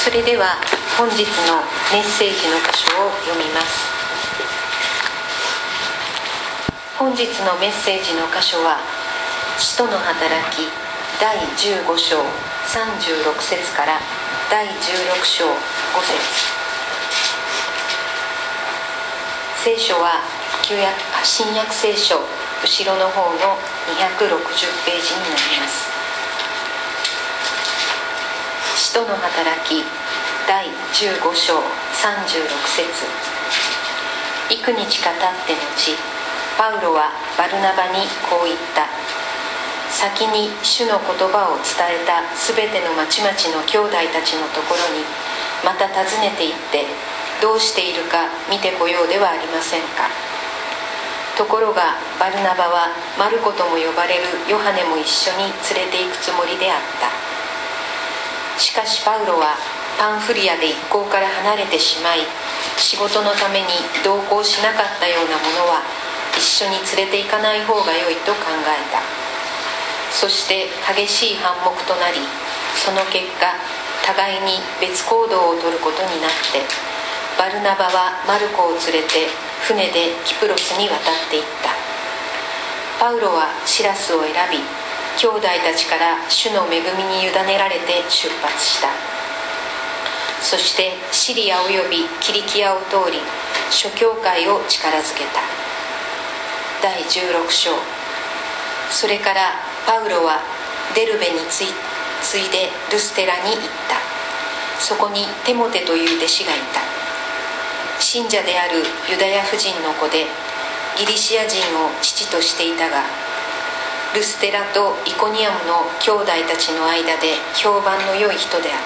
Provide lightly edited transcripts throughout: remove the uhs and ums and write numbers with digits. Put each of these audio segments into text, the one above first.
それでは本日のメッセージの箇所を読みます。本日のメッセージの箇所は使徒の働き第15章36節から第16章5節。聖書は新約聖書後ろの方の260ページになります。使徒の働き第15章36節。幾日か経って後、パウロはバルナバにこう言った。先に主の言葉を伝えたすべての町々の兄弟たちのところにまた訪ねて行って、どうしているか見てこようではありませんか。ところがバルナバはマルコとも呼ばれるヨハネも一緒に連れて行くつもりであった。しかしパウロはパンフリアで一行から離れてしまい、仕事のために同行しなかったようなものは一緒に連れて行かない方が良いと考えた。そして激しい反目となり、その結果互いに別行動をとることになって、バルナバはマルコを連れて船でキプロスに渡っていった。パウロはシラスを選び、兄弟たちから主の恵みに委ねられて出発した。そしてシリアおよびキリキアを通り、諸教会を力づけた。第16章。それからパウロはデルベに次いでルステラに行った。そこにテモテという弟子がいた。信者であるユダヤ婦人の子で、ギリシア人を父としていたが、ルステラとイコニアムの兄弟たちの間で評判の良い人であった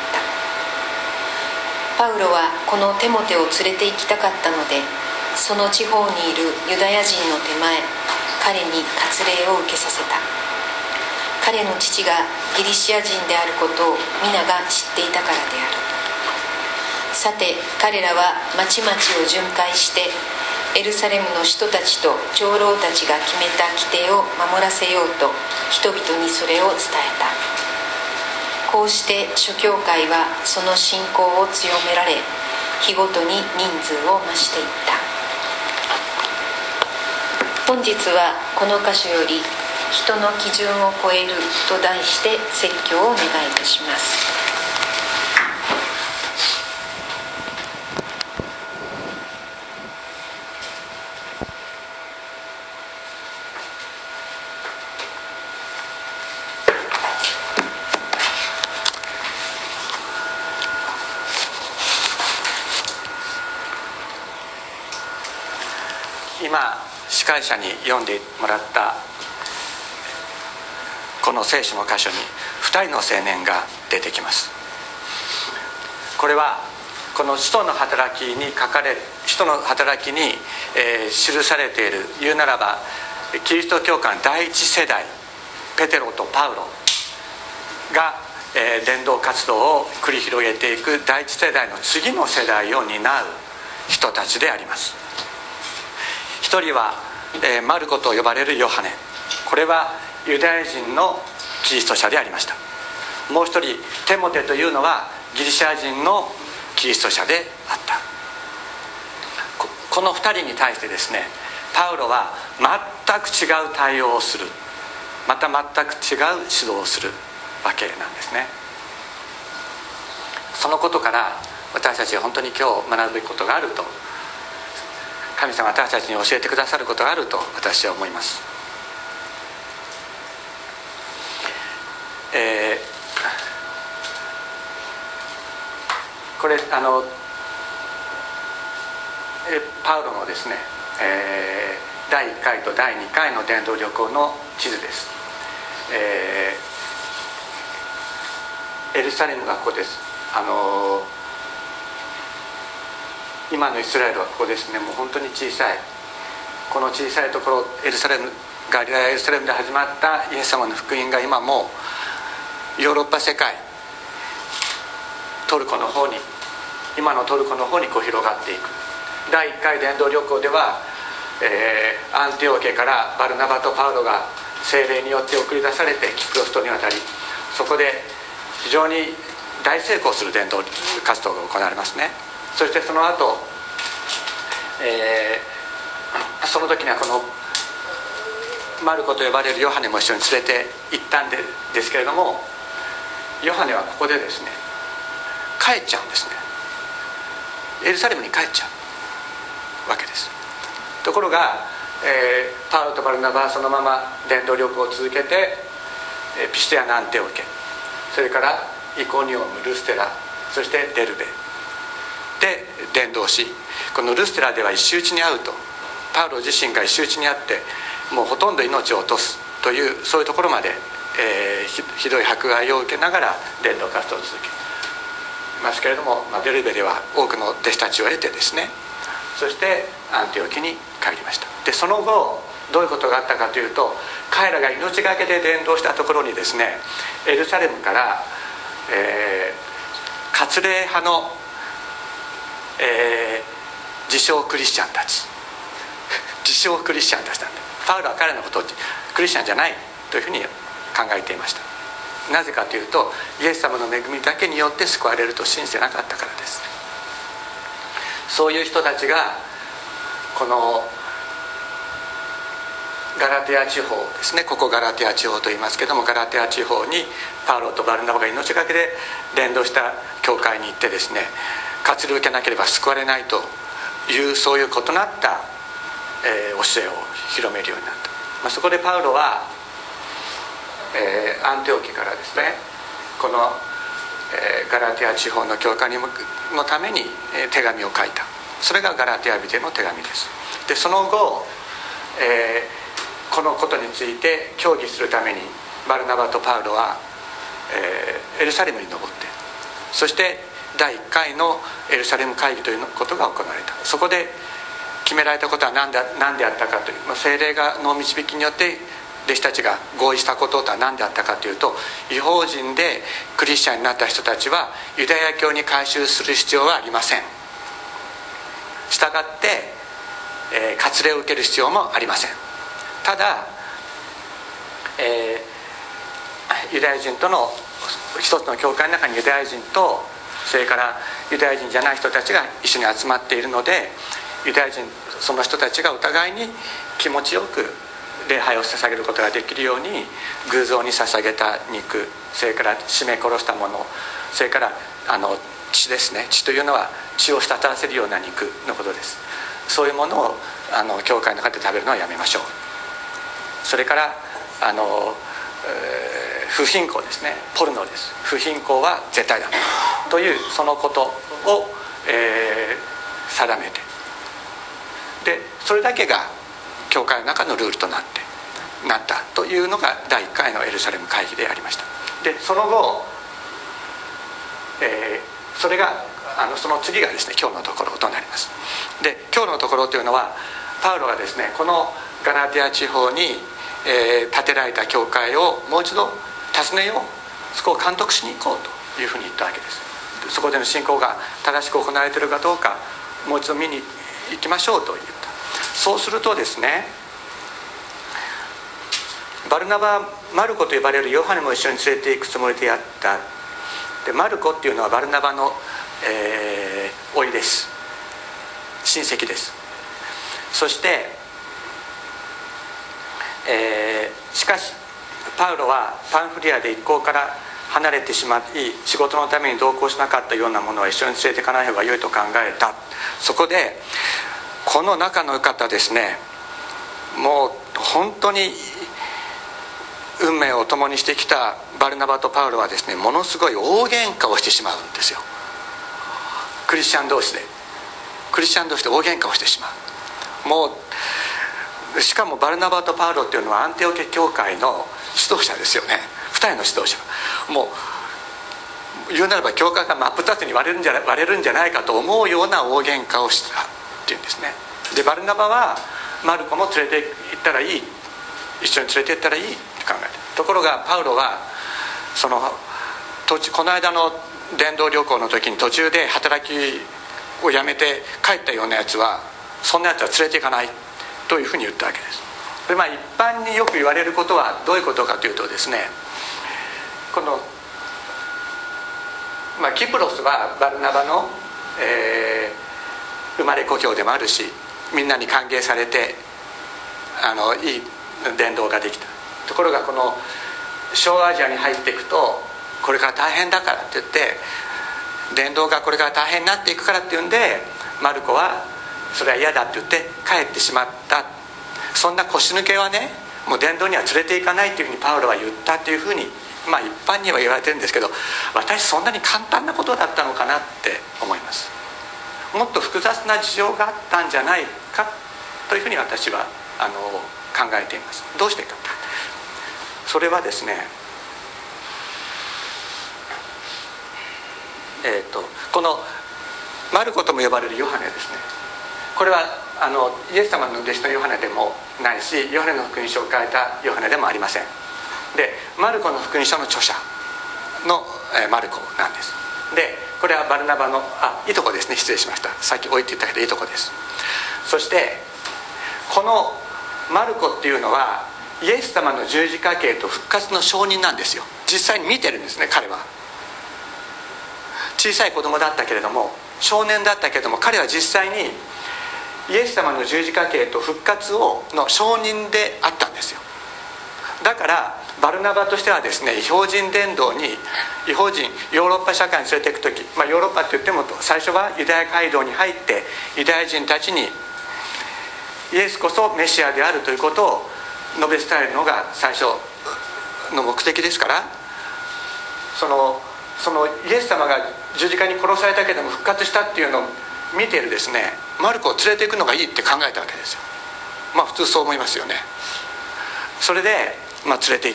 。パウロはこのテモテを連れて行きたかったので、その地方にいるユダヤ人の手前、彼に割礼を受けさせた。彼の父がギリシア人であることを皆が知っていたからである。さて彼らは町々を巡回して、エルサレムの人たちと長老たちが決めた規定を守らせようと人々にそれを伝えた。こうして諸教会はその信仰を強められ、日ごとに人数を増していった。本日はこの箇所より人の基準を超えると題して説教をお願いいたします。 今司会者に読んでもらったこの聖書の箇所に2人の青年が出てきます。これはこの使徒の働きに記されている、言うならばキリスト教会の第一世代ペテロとパウロが伝道活動を繰り広げていく第一世代の次の世代を担う人たちであります。一人はマルコと呼ばれるヨハネ、これはユダヤ人のキリスト者でありました。もう一人テモテというのはギリシャ人のキリスト者であった。この二人に対してですね、パウロは全く違う対応をする、また全く違う指導をするわけなんですね。そのことから私たちは本当に今日学ぶべきことがあると、神様は私たちに教えてくださることがあると私は思います。これパウロのですね、第1回と第2回の伝道旅行の地図です。エルサレムがここです。今のイスラエルはここですね。もう本当に小さい、この小さいところ、ガリラヤエルサレムで始まったイエス様の福音が今もヨーロッパ世界、トルコの方に、今のトルコの方にこう広がっていく。第1回伝道旅行では、アンティオケからバルナバとパウロが聖霊によって送り出されてキプロス島に渡り、そこで非常に大成功する伝道活動が行われますね。そしてその後、その時にはこのマルコと呼ばれるヨハネも一緒に連れて行ったんですけれども、ヨハネはここでですね帰っちゃうんですね。エルサレムに帰っちゃうわけです。ところが、パウロとバルナバはそのまま伝道旅行を続けて、ピシテアナ、アンテオケ、それからイコニオム、ルステラ、そしてデルベで伝道し、このルステラでは石打ちに遭うと、パウロ自身が石打ちに遭ってもうほとんど命を落とすという、そういうところまで、ひどい迫害を受けながら伝道活動を続けますけれども、デルベでは多くの弟子たちを得てですね、そしてアンティオキに帰りました。でその後どういうことがあったかというと、彼らが命がけで伝道したところにですね、エルサレムから、割礼派の、自称クリスチャンたち自称クリスチャンたちなんで、パウロは彼のことをクリスチャンじゃないというふうに考えていました。なぜかというと、イエス様の恵みだけによって救われると信じてなかったからです。そういう人たちがこのガラテア地方ですね、ここガラテア地方と言いますけども、ガラテア地方にパウロとバルナバが命がけで伝道した教会に行ってですね、割礼を受けなければ救われないという、そういう異なった、教えを広めるようになった。そこでパウロは、アンテオキからですね、この、ガラテア地方の教会のために手紙を書いた。それがガラテア人への手紙です。でその後、このことについて協議するためにバルナバとパウロは、エルサレムに登って、そして第1回のエルサレム会議ということが行われた。そこで決められたことは何であったかという、聖霊の導きによって弟子たちが合意したこととは何であったかというと、異邦人でクリスチャンになった人たちはユダヤ教に改宗する必要はありません。したがって、割礼を受ける必要もありません。ただ、ユダヤ人との一つの教会の中にユダヤ人と、それからユダヤ人じゃない人たちが一緒に集まっているので、ユダヤ人その人たちがお互いに気持ちよく礼拝を捧げることができるように、偶像に捧げた肉、それから絞め殺したもの、それから血ですね。血というのは血を滴らせるような肉のことです。そういうものを教会の中で食べるのはやめましょう。それから不貧困ですね、ポルノです。不貧困は絶対だというそのことを、定めて、でそれだけが教会の中のルールとなったというのが第1回のエルサレム会議でありました。でその後、それがその次がですね、今日のところとなります。で今日のところというのは、パウロがですね、このガラティア地方に、建てられた教会をもう一度訪ねよう、そこを監督しに行こうというふうに言ったわけです。そこでの信仰が正しく行われているかどうか、もう一度見に行きましょうと言った。そうするとですね、バルナバ、マルコと呼ばれるヨハネも一緒に連れて行くつもりでやった。でマルコっていうのはバルナバの、甥です。親戚です。そして、しかしパウロはパンフリアで一行から離れてしまい、仕事のために同行しなかったようなものは一緒に連れていかない方が良いと考えた。そこでこの仲の良かったですね、もう本当に運命を共にしてきたバルナバとパウロはですね、ものすごい大喧嘩をしてしまうんですよ。クリスチャン同士で大喧嘩をしてしまう。もうしかもバルナバとパウロっていうのはアンテオケ教会の指導者ですよね。2人の指導者、もう言うならば教会が真っ二つに割れるんじゃないかと思うような大喧嘩をしたっていうんですね。でバルナバはマルコも連れて行ったらいい、一緒に連れて行ったらいいって考えた。ところがパウロはこの間の伝道旅行の時に途中で働きをやめて帰ったようなやつは、そんなやつは連れて行かないというふうに言ったわけです。で一般によく言われることはどういうことかというとですね、このキプロスはバルナバの、生まれ故郷でもあるし、みんなに歓迎されていい伝道ができた。ところがこの小アジアに入っていくと、これから大変だからって言って、伝道がこれから大変になっていくからっていうんで、マルコはそれは嫌だって言って帰ってしまった。そんな腰抜けはね、もう伝道には連れて行かないっていうふうにパウロは言ったっていうふうに、一般には言われてるんですけど、私そんなに簡単なことだったのかなって思います。もっと複雑な事情があったんじゃないかというふうに私は考えています。どうしてか、それはですね、このマルコとも呼ばれるヨハネですね、これはイエス様の弟子のヨハネでもないし、ヨハネの福音書を書いたヨハネでもありません。でマルコの福音書の著者のマルコなんです。でこれはバルナバのいとこですね、失礼しました、さっき置いて言ったけどいとこです。そしてこのマルコっていうのはイエス様の十字架刑と復活の証人なんですよ。実際に見てるんですね。彼は小さい子供だったけれども、少年だったけれども、彼は実際にイエス様の十字架刑と復活の証人であったんですよ。だからバルナバとしてはですね、異邦人伝道に異邦人ヨーロッパ社会に連れていく時、ヨーロッパって言っても最初はユダヤ街道に入ってユダヤ人たちにイエスこそメシアであるということを述べ伝えるのが最初の目的ですから、そのイエス様が十字架に殺されたけども復活したっていうのを見ているですね、マルコを連れていくのがいいって考えたわけですよ。普通そう思いますよね。それで連れて行った。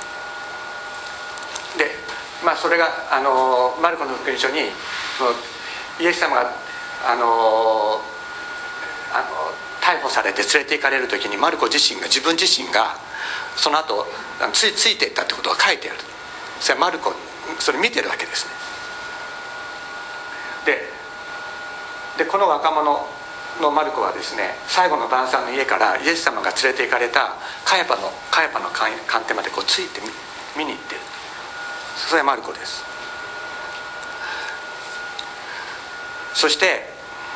でそれがマルコの福音書にイエス様が逮捕されて連れて行かれる時に、マルコ自分自身がその後ついていったってことが書いてある。それマルコそれ見てるわけですね。でこの若者のマルコはですね、最後の晩餐の家からイエス様が連れて行かれたカヤパの官邸までついて見に行ってる。それはマルコです。そして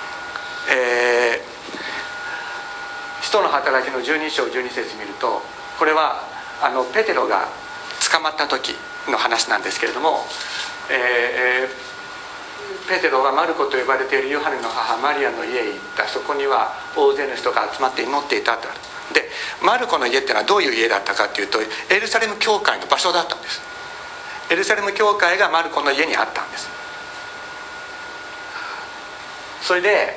使徒の働きの12章12節見ると、これはペテロが捕まった時の話なんですけれども、ペテロはマルコと呼ばれているヨハネの母マリアの家へ行った。そこには大勢の人が集まって祈っていたとある。でマルコの家っていうのはどういう家だったかというと、エルサレム教会の場所だったんです。エルサレム教会がマルコの家にあったんです。それで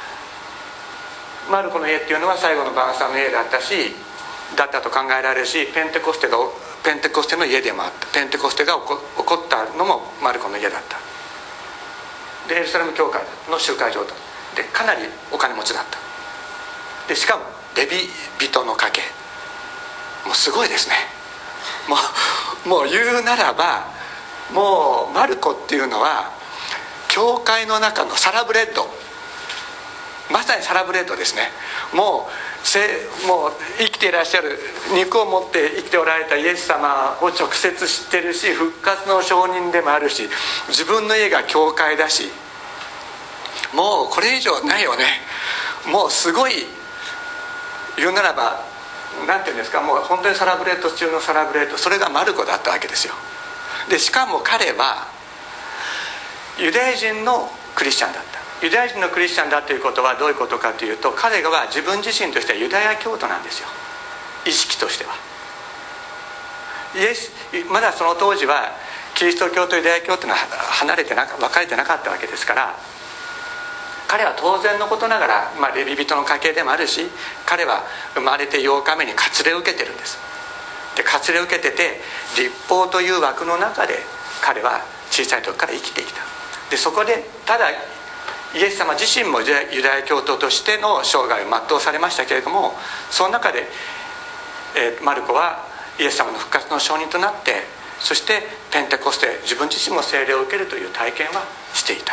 マルコの家っていうのは最後の晩餐の家だったと考えられるし、ペンテコステの家でもあった。ペンテコステが起こったのもマルコの家だった。でエルサレム教会の集会場だ。でかなりお金持ちだった。でしかもレビ人の家系、もうすごいですね。もう言うならば、もうマルコっていうのは教会の中のサラブレッド、まさにサラブレッドですね。もう生きていらっしゃる、肉を持って生きておられたイエス様を直接知ってるし、復活の証人でもあるし、自分の家が教会だし、もうこれ以上ないよね。もうすごい、言うならばなんていうんですか、もう本当にサラブレッド中のサラブレッド、それがマルコだったわけですよ。でしかも彼はユダヤ人のクリスチャンだった。ユダヤ人のクリスチャンだということはどういうことかというと、彼は自分自身としてはユダヤ教徒なんですよ、意識としては。まだその当時はキリスト教とユダヤ教というのは分かれてなかったわけですから、彼は当然のことながら、レビ人の家系でもあるし、彼は生まれて8日目に割礼を受けてるんです。で割礼を受けてて、律法という枠の中で彼は小さい時から生きてきた。でそこでただイエス様自身もユダヤ教徒としての生涯を全うされましたけれども、その中で、マルコはイエス様の復活の証人となって、そしてペンテコステ、自分自身も聖霊を受けるという体験はしていた。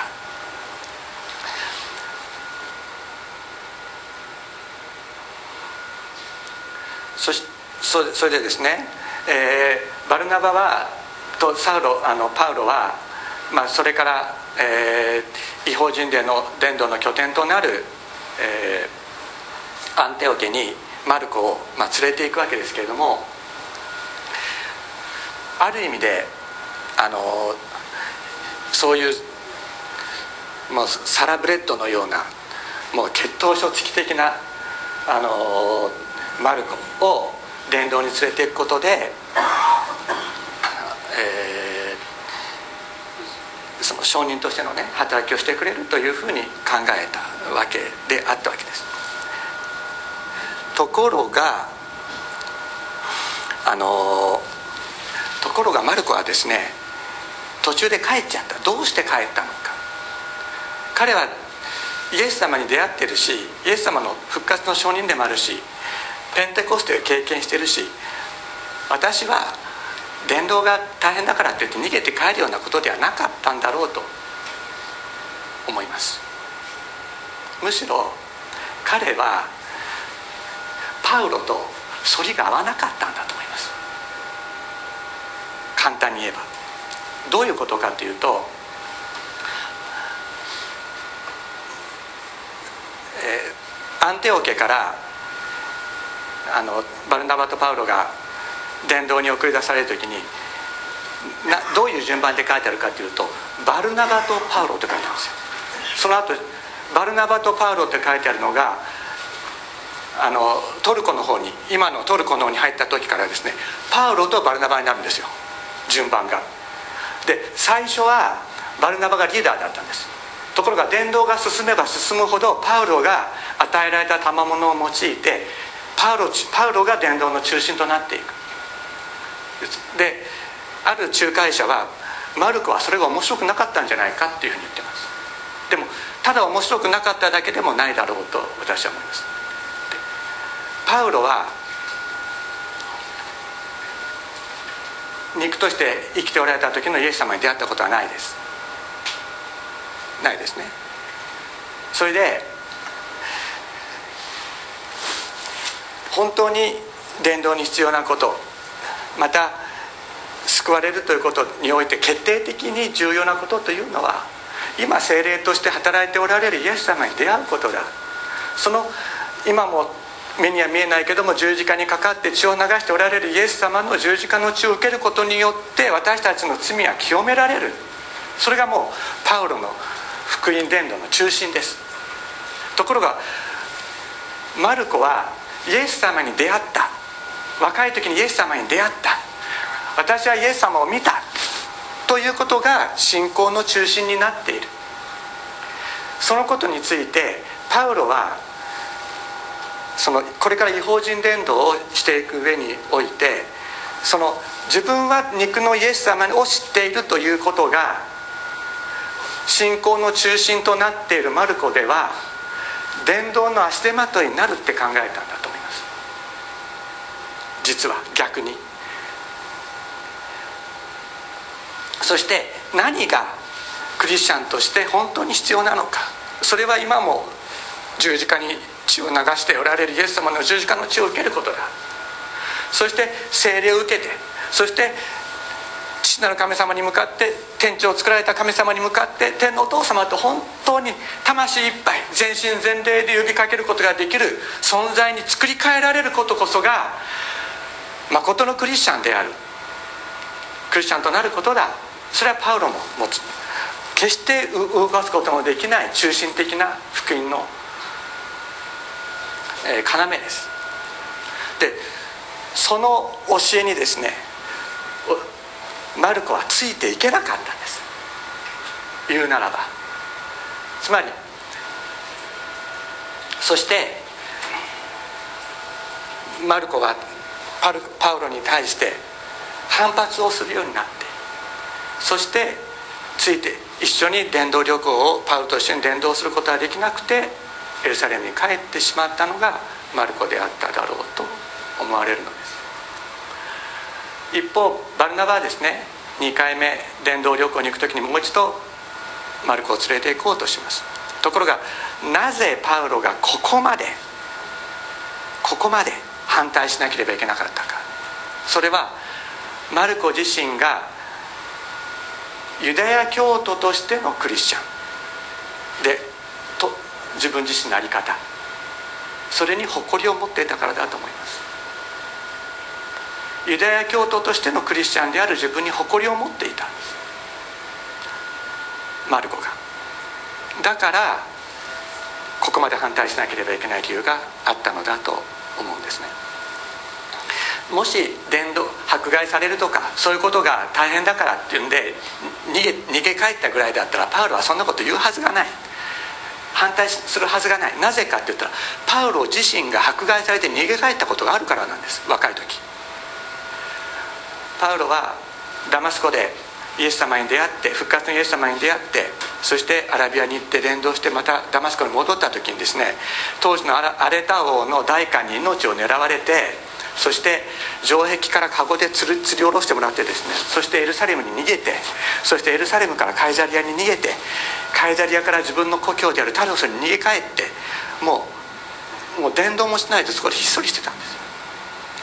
それでですね、バルナバとパウロはそれから、異邦人伝道の拠点となる、アンテオケにマルコを、連れていくわけですけれども、ある意味でそういうもうサラブレッドのようなもう血統書付き的なマルコを伝道に連れていくことで、その証人としてのね働きをしてくれるというふうに考えたわけであったわけです。ところがマルコはですね、途中で帰っちゃった。どうして帰ったのか。彼はイエス様に出会ってるし、イエス様の復活の証人でもあるし、ペンテコステを経験してるし、私は伝道が大変だからって言って逃げて帰るようなことではなかったんだろうと思います。むしろ彼はパウロと反りが合わなかったんだと思います。簡単に言えばどういうことかというと、アンテオケからバルナバとパウロが伝道に送り出される時にどういう順番で書いてあるかというと、バルナバとパウロって書いてあるんですよ。その後バルナバとパウロって書いてあるのがトルコの方に、今のトルコの方に入った時からですね、パウロとバルナバになるんですよ、順番が。で最初はバルナバがリーダーだったんです。ところが伝道が進めば進むほどパウロが与えられた賜物を用いてパウロが伝道の中心となっていく。である仲介者はマルコはそれが面白くなかったんじゃないかっていうふうに言ってます。でもただ面白くなかっただけでもないだろうと私は思います。パウロは肉として生きておられた時のイエス様に出会ったことはないです。ないですね。それで本当に伝道に必要なこと、また救われるということにおいて決定的に重要なことというのは、今聖霊として働いておられるイエス様に出会うことだ。その今も目には見えないけども十字架にかかって血を流しておられるイエス様の十字架の血を受けることによって私たちの罪は清められる。それがもうパウロの福音伝道の中心です。ところがマルコはイエス様に出会った、若い時にイエス様に出会った、私はイエス様を見たということが信仰の中心になっている。そのことについてパウロはこれから異邦人伝道をしていく上において、自分は肉のイエス様を知っているということが信仰の中心となっているマルコでは伝道の足手まといになるって考えたんだと思います。実は逆に。そして何がクリスチャンとして本当に必要なのか、それは今も十字架に血を流しておられるイエス様の十字架の血を受けることだ。そして聖霊を受けて、そして父なる神様に向かって、天地を作られた神様に向かって天のお父様と本当に魂いっぱい全身全霊で呼びかけることができる存在に作り変えられることこそが誠のクリスチャンである、クリスチャンとなることだ。それはパウロも持つ、決して動かすこともできない中心的な福音の要です。でその教えにですねマルコはついていけなかったんです。言うならば、つまりそしてマルコはパウロに対して反発をするようになって、そしてついて一緒に伝道旅行をパウロと一緒に伝道することができなくてエルサレムに帰ってしまったのがマルコであっただろうと思われるのです。一方バルナバはですね、2回目伝道旅行に行く時にもう一度マルコを連れて行こうとします。ところがなぜパウロがここまで反対しなければいけなかったか。それはマルコ自身がユダヤ教徒としてのクリスチャンでと自分自身の在り方、それに誇りを持っていたからだと思います。ユダヤ教徒としてのクリスチャンである自分に誇りを持っていたマルコが。だからここまで反対しなければいけない理由があったのだと思うんですね。もし迫害されるとかそういうことが大変だからっていうんで逃げ帰ったぐらいだったら、パウロはそんなこと言うはずがない、反対するはずがない。なぜかって言ったら、パウロ自身が迫害されて逃げ帰ったことがあるからなんです。若い時パウロはダマスコでイエス様に出会って、復活のイエス様に出会って、そしてアラビアに行って伝道して、またダマスコに戻った時にですね、当時のアレタ王の代官に命を狙われて、そして城壁から籠で吊り下ろしてもらってですね、そしてエルサレムに逃げて、そしてエルサレムからカイザリアに逃げて、カイザリアから自分の故郷であるタロスに逃げ帰って、もう伝道もしないでそこでひっそりしてたんです。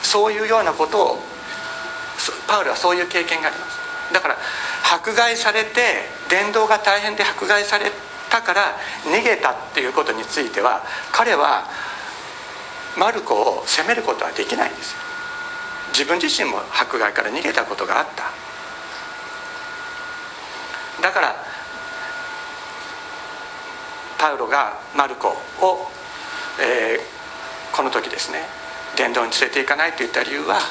そういうようなことをパウロはそういう経験があります。だから迫害されて、伝道が大変で迫害されたから逃げたっていうことについては、彼はマルコを責めることはできないんですよ。自分自身も迫害から逃げたことがあった。だからパウロがマルコを、この時ですね、伝道に連れて行かないといった理由は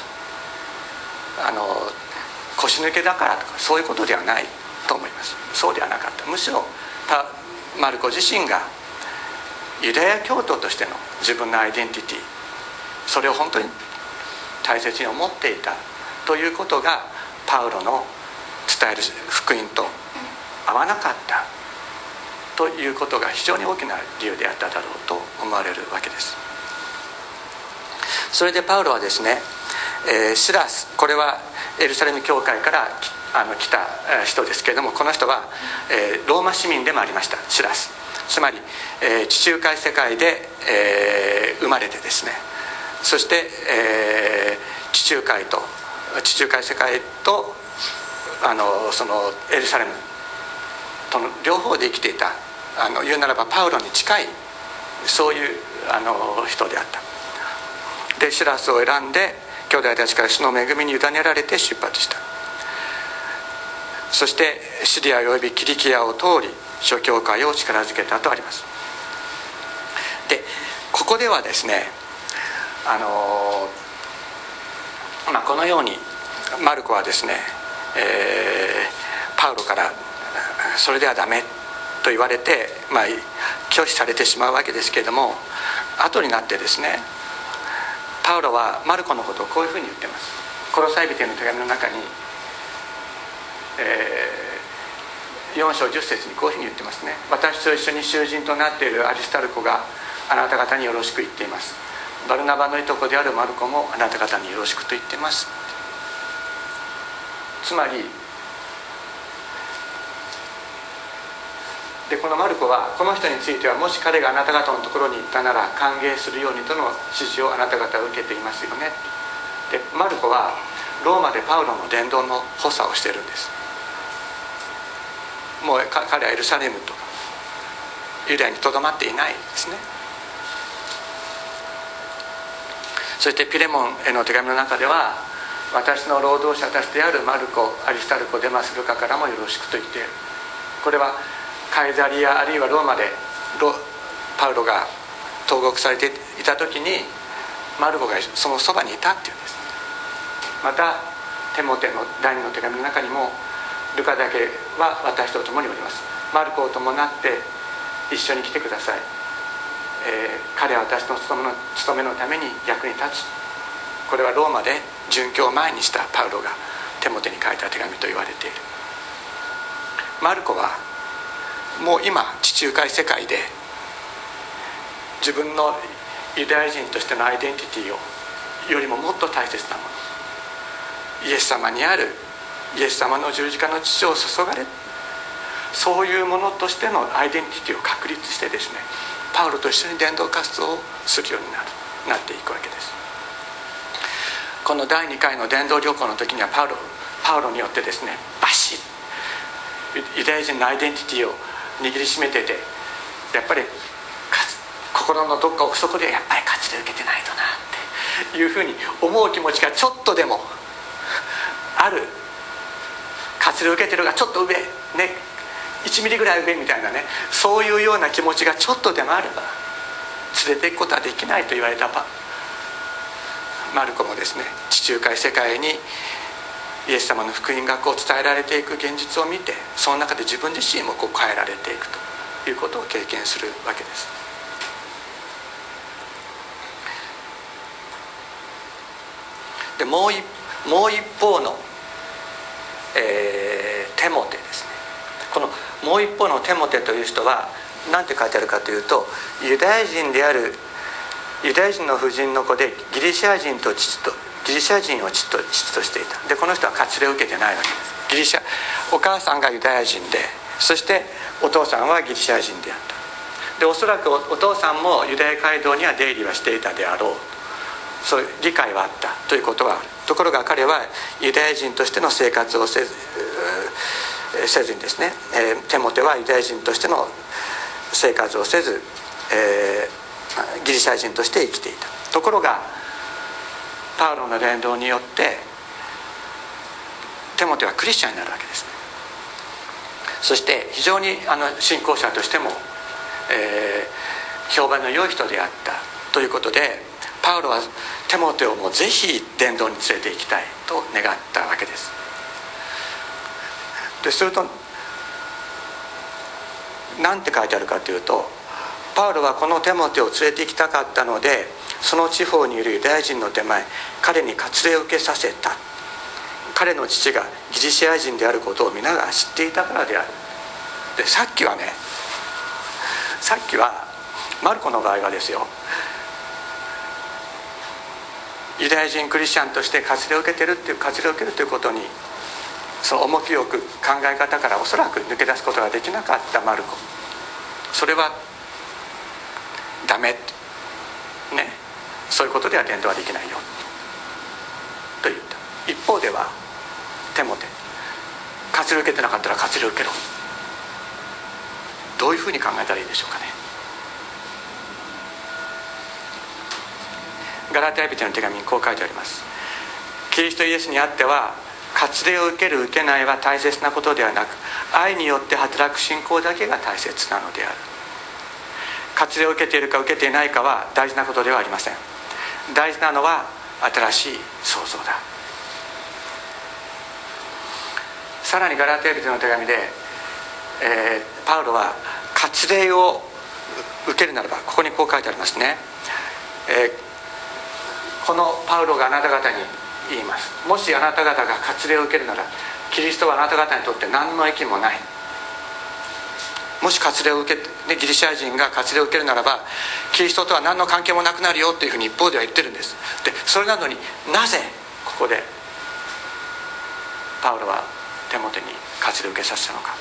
腰抜けだからとかそういうことではないと思います。そうではなかった。むしろマルコ自身がユダヤ教徒としての自分のアイデンティティ、それを本当に大切に思っていたということが、パウロの伝える福音と合わなかったということが非常に大きな理由であっただろうと思われるわけです。それでパウロはですね、シラス、これはエルサレム教会から来た人ですけれども、この人はローマ市民でもありました。シラス、つまり地中海世界で生まれてですね、そして地中海世界とそのエルサレムとの両方で生きていた、言うならばパウロに近い、そういう人であった。でシラスを選んで兄弟たちから主の恵みに委ねられて出発した。そしてシリアおよびキリキアを通り諸教会を力づけたとあります。でここではですね、このようにマルコはですね、パウロからそれではダメと言われて、拒否されてしまうわけですけれども、後になってですね、パウロはマルコのことをこういうふうに言ってます。コロサイ人への手紙の中に、4章10節にこういうふうに言ってますね。私と一緒に囚人となっているアリスタルコがあなた方によろしく言っています。バルナバのいとこであるマルコもあなた方によろしくと言っています。つまりで、このマルコはこの人については、もし彼があなた方のところに行ったなら歓迎するようにとの指示をあなた方は受けていますよね。でマルコはローマでパウロの伝道の補佐をしているんです。もう彼はエルサレムとかユダヤにとどまっていないですね。そしてピレモンへの手紙の中では、私の労働者たちであるマルコ、アリスタルコ、デマス、ルカからもよろしくと言っている。これはカイザリアあるいはローマでパウロが投獄されていた時にマルコがそのそばにいたっていうんです。またテモテの第2の手紙の中にも、ルカだけは私と共におります、マルコを伴って一緒に来てください、彼は私の務めのために役に立つ。これはローマで殉教を前にしたパウロがテモテに書いた手紙と言われている。マルコはもう今地中海世界で自分のユダヤ人としてのアイデンティティをよりももっと大切なもの、イエス様にあるイエス様の十字架の血を注がれ、そういうものとしてのアイデンティティを確立してですね、パウロと一緒に伝道活動をするようになっていくわけです。この第2回の伝道旅行の時にはパウロによってですね、バシッユダヤ人のアイデンティティを握りしめてて、やっぱり心のどっか奥底でやっぱり割礼受けてないとなっていうふうに思う気持ちがちょっとでもある、割礼受けてるがちょっと上ね、1ミリぐらい上みたいなね、そういうような気持ちがちょっとでもあれば連れていくことはできないと言われたマルコもですね、地中海世界にイエス様の福音学を伝えられていく現実を見て、その中で自分自身も変えられていくということを経験するわけです。でもう一方の、テモテですね。このもう一方のテモテという人は何て書いてあるかというと、ユダヤ人の婦人の子でギリシャ人を父としていた。でこの人は割礼を受けてないわけです。お母さんがユダヤ人で、そしてお父さんはギリシャ人であった。でおそらくお父さんもユダヤ街道には出入りはしていたであろう、そういう理解はあったということはある。ところが彼はユダヤ人としての生活をせずにですね、テモテはユダヤ人としての生活をせず、ギリシャ人として生きていた。ところがパウロの伝道によってテモテはクリスチャンになるわけですね。そして非常に信仰者としても、評判の良い人であったということで、パウロはテモテをもうぜひ伝道に連れて行きたいと願ったわけです。ですると何て書いてあるかというと、パウロはこのテモテを連れて行きたかったので、その地方にいるユダヤ人の手前、彼に割礼を受けさせた。彼の父がギリシア人であることを皆が知っていたからである。でさっきはマルコの場合はですよ、ユダヤ人クリスチャンとして割礼を受けるということに、その重きを置く考え方からおそらく抜け出すことができなかったマルコ、それはダメね、そういうことでは伝道はできないよと言った。一方ではテモテ、割礼を受けてなかったら割礼を受けろ、どういうふうに考えたらいいでしょうかね。ガラテヤ人の手紙にこう書いてあります。キリストイエスにあっては割礼を受ける受けないは大切なことではなく、愛によって働く信仰だけが大切なのである。割礼を受けているか受けていないかは大事なことではありません。大事なのは新しい創造だ。さらにガラテヤ人の手紙で、パウロは割礼を受けるならば、ここにこう書いてありますね。このパウロがあなた方に言います。もしあなた方が割礼を受けるなら、キリストはあなた方にとって何の益もない。もし割礼を受けギリシャ人が割礼を受けるならば、キリストとは何の関係もなくなるよというふうに一方では言ってるんです。でそれなのになぜここでパウロはテモテに割礼を受けさせたのか。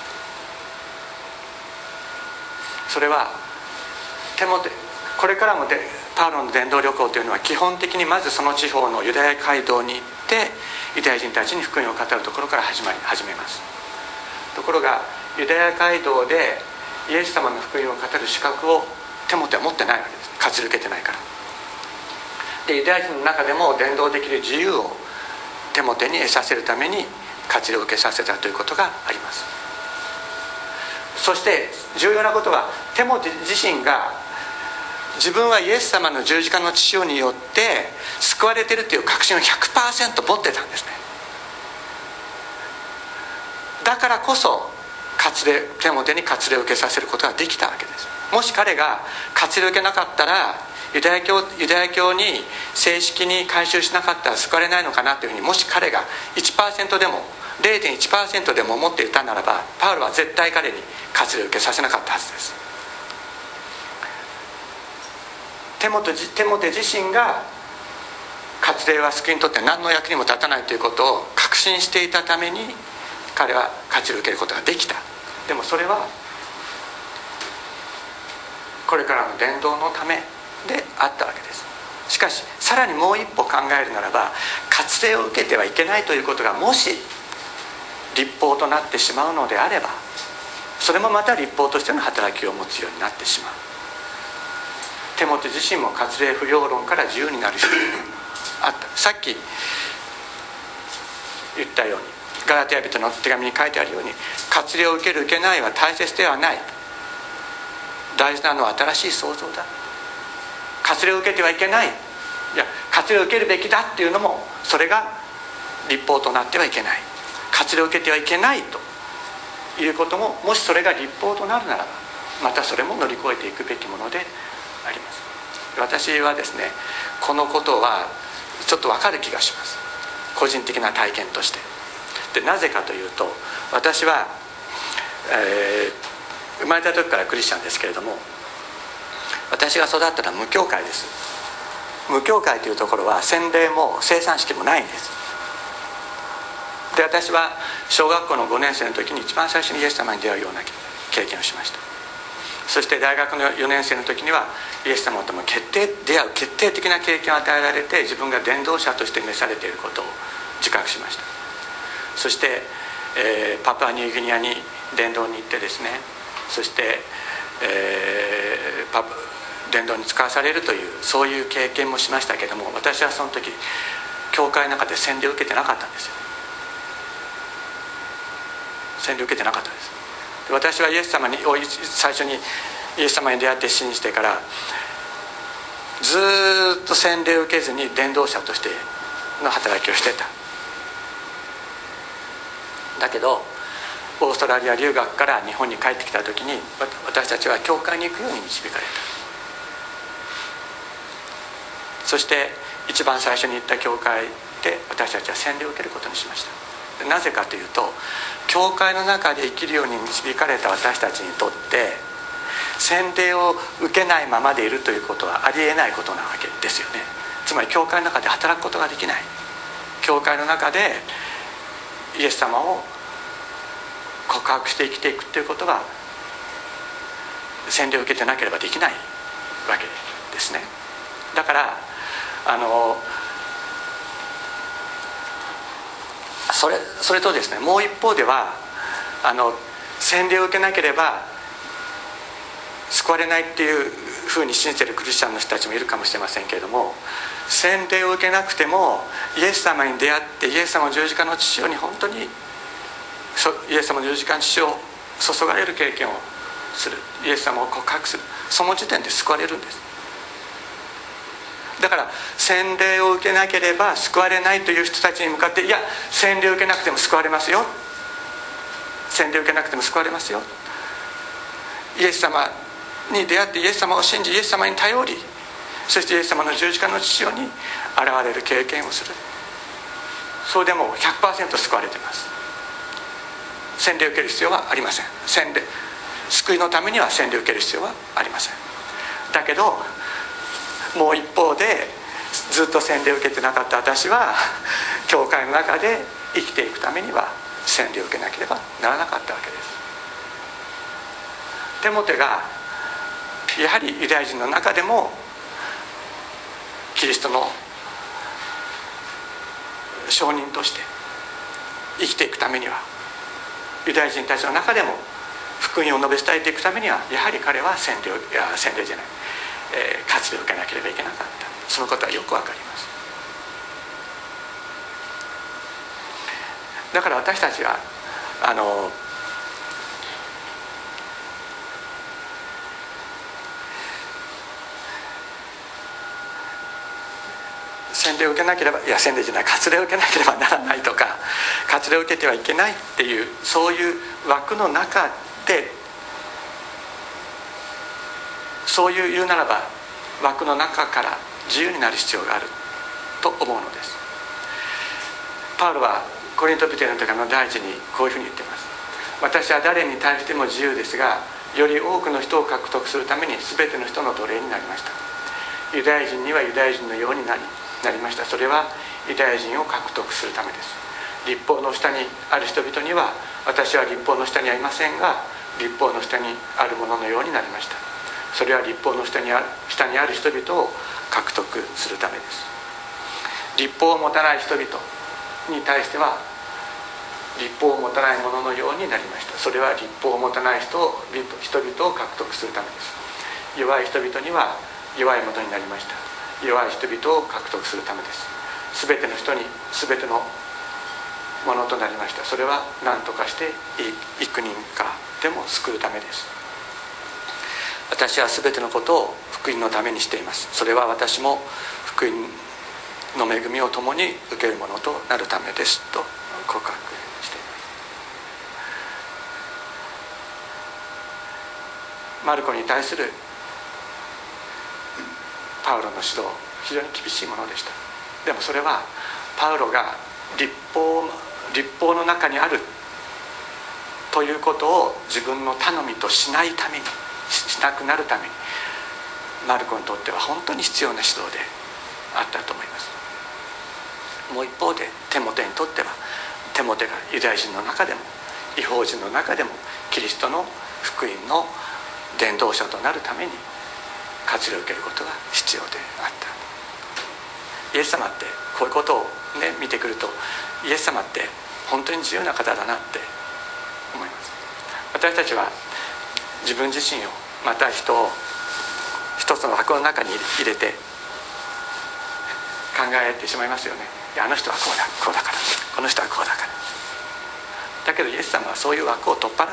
それはこれからもパウロの伝道旅行というのは基本的にまずその地方のユダヤ街道に行ってユダヤ人たちに福音を語るところから始めます。ところがユダヤ街道でイエス様の福音を語る資格をテモテは持ってないわけです。割礼受けてないから。でユダヤ人の中でも伝道できる自由をテモテに得させるために割礼を受けさせたということがあります。そして重要なことは、テモテ自身が自分はイエス様の十字架の血潮によって救われているという確信を 100% 持ってたんですね。だからこそテモテに割礼を受けさせることができたわけです。もし彼が割礼を受けなかったら、ユダヤ教に正式に改宗しなかったら救われないのかなというふうに、もし彼が 1% でも 0.1% でも思っていたならば、パウロは絶対彼に割礼を受けさせなかったはずです。テモテ自身が割礼は救いにとって何の役にも立たないということを確信していたために、彼は割礼を受けることができた。でもそれはこれからの伝道のためであったわけです。しかしさらにもう一歩考えるならば、割礼を受けてはいけないということがもし律法となってしまうのであれば、それもまた律法としての働きを持つようになってしまう。テモテ自身も割礼不要論から自由になる必要があった。さっき言ったように、ガラテヤ人の手紙に書いてあるように、割礼を受ける受けないは大切ではない。大事なのは新しい創造だ。割礼を受けてはいけない、いや割礼を受けるべきだっていうのも、それが律法となってはいけない。割礼を受けてはいけないということも、もしそれが律法となるならば、またそれも乗り越えていくべきものであります。私はですね、このことはちょっと分かる気がします、個人的な体験として。でなぜかというと、私は、生まれた時からクリスチャンですけれども、私が育ったのは無教会です。無教会というところは洗礼も聖餐式もないんです。で私は小学校の5年生の時に一番最初にイエス様に出会うような経験をしました。そして大学の4年生の時にはイエス様とも出会う決定的な経験を与えられて、自分が伝道者として召されていることを自覚しました。そして、パプアニューギニアに伝道に行ってですね、そして、伝道に使わされるという、そういう経験もしましたけれども、私はその時教会の中で洗礼を受けてなかったんですよ。洗礼を受けてなかったです。で私はイエス様に最初にイエス様に出会って信じてからずっと洗礼を受けずに伝道者としての働きをしてた。だけどオーストラリア留学から日本に帰ってきた時に、私たちは教会に行くように導かれた。そして一番最初に行った教会で私たちは洗礼を受けることにしました。なぜかというと、教会の中で生きるように導かれた私たちにとって、洗礼を受けないままでいるということはありえないことなわけですよね。つまり教会の中で働くことができない。教会の中でイエス様を告白して生きていくということは、洗礼を受けてなければできないわけですね。だからそれとですね、もう一方では洗礼を受けなければ救われないっていうふうに信じているクリスチャンの人たちもいるかもしれませんけれども、洗礼を受けなくてもイエス様に出会って、イエス様の十字架の血潮に本当にイエス様の十字架の血潮を注がれる経験をする、イエス様を告白する、その時点で救われるんです。だから洗礼を受けなければ救われないという人たちに向かって、いや洗礼を受けなくても救われますよ、洗礼を受けなくても救われますよ、イエス様に出会ってイエス様を信じ、イエス様に頼り、そしてイエス様の十字架の血潮に現れる経験をする。それでも 100% 救われています。洗礼を受ける必要はありません。救いのためには洗礼を受ける必要はありません。だけどもう一方で、ずっと洗礼を受けてなかった私は教会の中で生きていくためには洗礼を受けなければならなかったわけです。テモテがやはりユダヤ人の中でもキリストの証人として生きていくためには、ユダヤ人たちの中でも福音を述べ伝えていくためには、やはり彼は割礼を受けなければいけなかった。そのことはよくわかります。だから私たちは洗礼を受けなければ、いや洗礼じゃない、割礼を受けなければならないとか、割礼を受けてはいけないっていう、そういう枠の中で、そういう言うならば枠の中から自由になる必要があると思うのです。パウロはコリント人への手紙の第一にこういうふうに言っています。私は誰に対しても自由ですが、より多くの人を獲得するために全ての人の奴隷になりました。ユダヤ人にはユダヤ人のようになりました。それはユダヤ人を獲得するためです。律法の下にある人々には、私は律法の下にはいませんが、律法の下にあるもののようになりました。それは律法の下にある人々を獲得するためです。律法を持たない人々に対しては律法を持たない者のようになりました。それは律法を持たない人々を獲得するためです。弱い人々には弱いものになりました。弱い人々を獲得するためです。すべての人にすべてのものとなりました。それは何とかして幾人かでも救うためです。私はすべてのことを福音のためにしています。それは私も福音の恵みを共に受けるものとなるためですと告白しています。マルコに対するパウロの指導、非常に厳しいものでした。でもそれはパウロが律法の中にあるということを自分の頼みとしないために、しなくなるために、マルコにとっては本当に必要な指導であったと思います。もう一方でテモテにとっては、テモテがユダヤ人の中でも異邦人の中でもキリストの福音の伝道者となるために活用を受けることが必要であった。イエス様ってこういうことを、見てくると、イエス様って本当に自由な方だなって思います。私たちは自分自身を、また人を一つの箱の中に入れて考えてしまいますよね。いや、あの人はこうだから、この人はこうだから。だけどイエス様はそういう枠を取っ払って、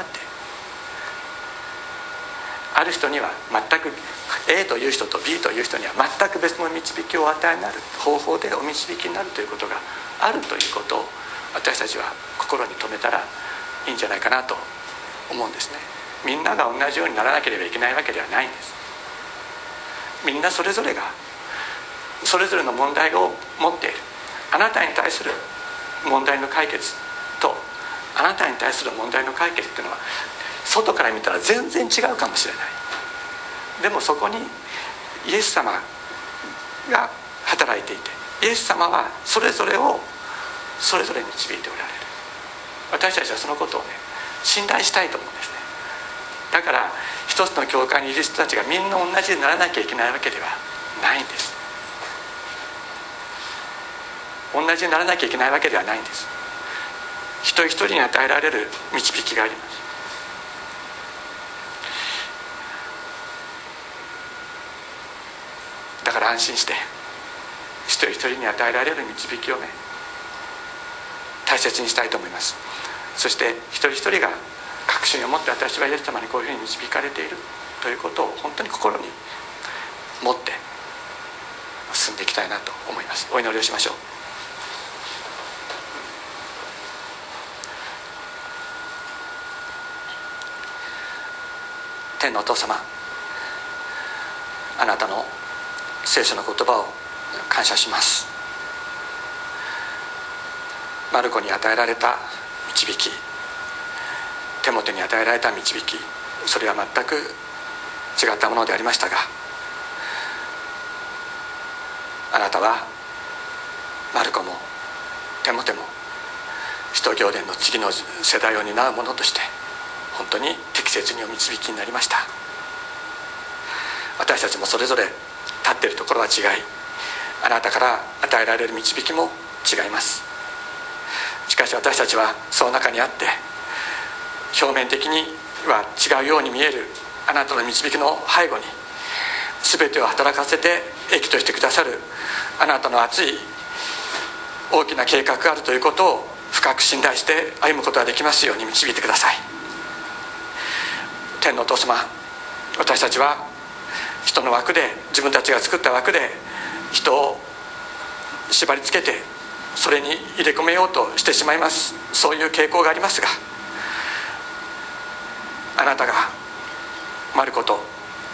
ある人には全く A という人と B という人には全く別の導きをお与えになる方法でお導きになるということがあるということを私たちは心に留めたらいいんじゃないかなと思うんですね。みんなが同じようにならなければいけないわけではないんです。みんなそれぞれがそれぞれの問題を持っている。あなたに対する問題の解決とあなたに対する問題の解決っていうのは外から見たら全然違うかもしれない。でもそこにイエス様が働いていて、イエス様はそれぞれをそれぞれ導いておられる。私たちはそのことを信頼したいと思うんですね。だから一つの教会にいる人たちがみんな同じにならなきゃいけないわけではないんです。同じにならなきゃいけないわけではないんです。一人一人に与えられる導きがあります。だから安心して一人一人に与えられる導きを大切にしたいと思います。そして一人一人が確信を持って、私はイエス様にこういうふうに導かれているということを本当に心に持って進んでいきたいなと思います。お祈りをしましょう。天のお父様、あなたの聖書の言葉を感謝します。マルコに与えられた導き、テモテに与えられた導き、それは全く違ったものでありましたが、あなたはマルコもテモテも使徒行伝の次の世代を担う者として本当に適切にお導きになりました。私たちもそれぞれ立っているところは違い、あなたから与えられる導きも違います。しかし私たちはその中にあって、表面的には違うように見えるあなたの導きの背後に全てを働かせて益としてくださるあなたの熱い大きな計画があるということを深く信頼して歩むことができますように導いてください。天のお父様、私たちは人の枠で、自分たちが作った枠で人を縛り付けてそれに入れ込めようとしてしまいます。そういう傾向がありますが、あなたがマルコと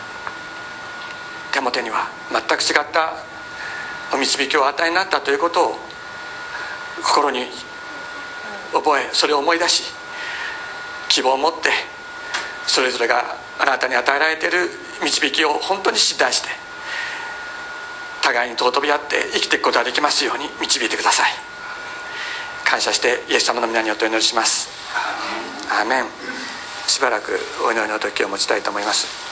テモテには全く違ったお導きをお与えになったということを心に覚え、それを思い出し、希望を持ってそれぞれがあなたに与えられている導きを本当に信頼して、互いに尊び合って生きていくことができますように導いてください。感謝してイエス様の皆によってお祈りします。アーメン。しばらくお祈りの時を持ちたいと思います。